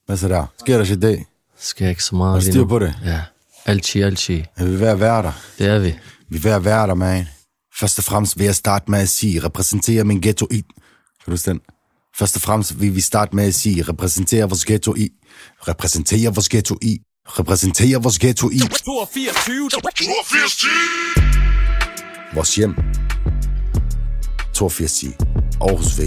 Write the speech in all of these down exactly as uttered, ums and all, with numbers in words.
Hvad så der? Sker der shit i dag? Sker ikke så meget. Har du styr på det? Ja. Altid, altid. Er vi ved at være der? Det er vi. Vi er ved at være der, man. Først og fremmest vil jeg starte med at sige, repræsentere min ghetto i. Kan du huske den? Først og fremmest vil vi starte med at sige, repræsentere vores ghetto i. Repræsentere vores ghetto i. Repræsentere vores ghetto i. toogfirs tyve toogfirs ti Vores hjem. toogfirs ti Aarhus V.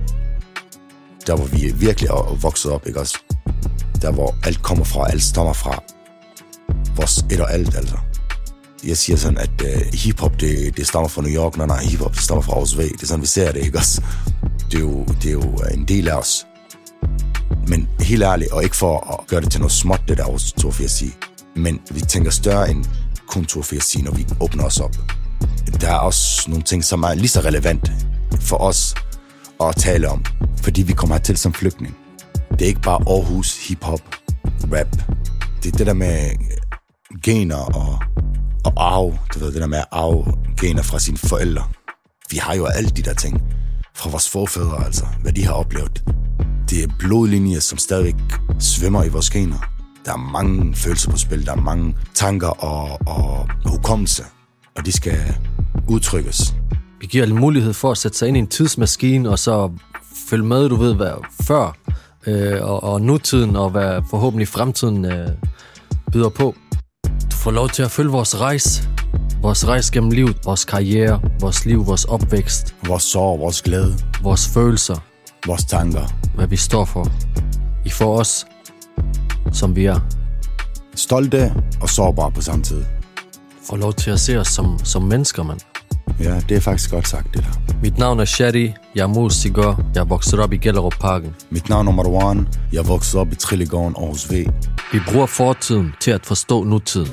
Der hvor vi virkelig er vokset op, ikke også? Der hvor alt kommer fra, alt stammer fra. Vores et og alt, altså. Jeg siger sådan, at uh, hiphop, det, det stammer fra New York. Nej, nej, hiphop, det stammer fra Aarhus V. Det er sådan, vi ser det, ikke også? Det er jo, det er jo en del af os. Men helt ærligt, og ikke for at gøre det til noget småt, det der Aarhus toogfirs ti. Men vi tænker større end kun toogfirs ti, når vi åbner os op. Der er også nogle ting, som er lige så relevant for os at tale om. Fordi vi kommer hertil som flygtning. Det er ikke bare Aarhus, hiphop, rap. Det er det der med gener og, og arv. Du ved, det der med at arve gener fra sine forældre. Vi har jo alt de der ting fra vores forfædre, altså. Hvad de har oplevet. Det er blodlinjer, som stadigvæk svømmer i vores gener. Der er mange følelser på spil. Der er mange tanker og, og hukommelse. Og de skal udtrykkes. Vi giver en mulighed for at sætte sig ind i en tidsmaskine, og så følge med, du ved, hvad før øh, og, og nutiden, og hvad forhåbentlig fremtiden øh, byder på. Du får lov til at følge vores rejse. Vores rejse gennem livet, vores karriere, vores liv, vores opvækst. Vores sorg, vores glæde. Vores følelser. Vores tanker. Hvad vi står for. I får os, som vi er. Stolte og sårbare på samme tid. Får lov til at se os som, som mennesker, mand. Ja, det er faktisk godt sagt, det der. Mit navn er Shadi. Jeg er musiker. Jeg er vokset op i Gellerup-parken. Mit navn er Marwan. Jeg er vokset op i Trillegården, Aarhus V. Vi bruger fortiden til at forstå nutiden.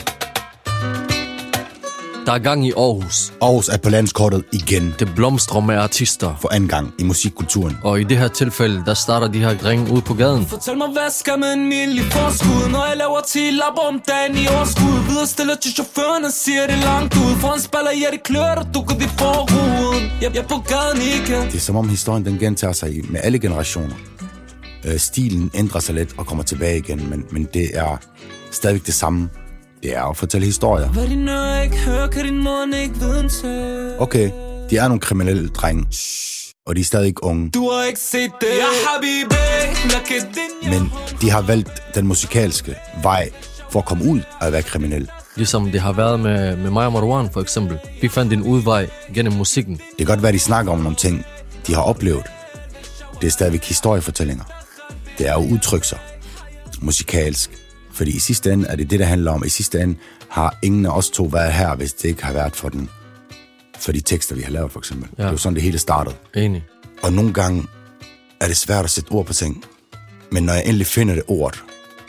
Der er gang i Aarhus. Aarhus er på landskortet igen. Det blomstrer med artister. For anden gang i musikkulturen. Og i det her tilfælde, der starter de her ringe ude på gaden. Fortæl mig, hvad skal med en mil i forskud, når jeg laver ti lapper om dagen i årskud. Videre stiller til chaufføren og siger det langt ud. For han spiller, ja det klør, og du kan det forruden. Jeg er på gaden igen. Det er som om historien den gentager sig med alle generationer. Øh, stilen ændrer sig lidt og kommer tilbage igen, men, men det er stadigvæk det samme. Det er at fortælle historier. Hvad din øre ikke hører, kan din mund ikke viden til. Okay, de er nogle kriminelle drenge, og de er stadig ikke unge. Du har ikke set det. Jeg har bibe. Men de har valgt den musikalske vej for at komme ud af at være kriminel. Ligesom det har været med, med mig og Marwan for eksempel. Vi fandt en udvej gennem musikken. Det kan godt være, de snakker om nogle ting, de har oplevet. Det er stadigvæk historiefortællinger. Det er jo udtryk sig musikalsk. Fordi i sidste ende er det det, der handler om. I sidste ende har ingen af os to været her, hvis det ikke har været for, den, for de tekster, vi har lavet, for eksempel. Ja. Det er jo sådan, det hele startede. Enig. Og nogle gange er det svært at sætte ord på ting. Men når jeg endelig finder det ord,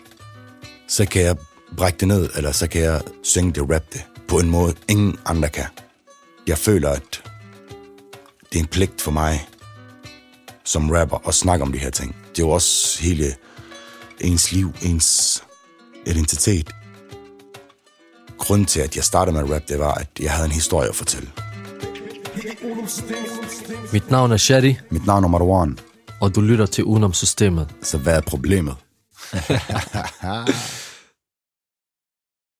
så kan jeg brække det ned, eller så kan jeg synge det, rap det, på en måde, ingen andre kan. Jeg føler, at det er en pligt for mig, som rapper, at snakke om de her ting. Det er jo også hele ens liv, ens identitet. Grunden til, at jeg startede med at rap, det var, at jeg havde en historie at fortælle. Mit navn er Shadi. Mit navn er Marwan. Og du lytter til Udenom Systemet. Så hvad er problemet?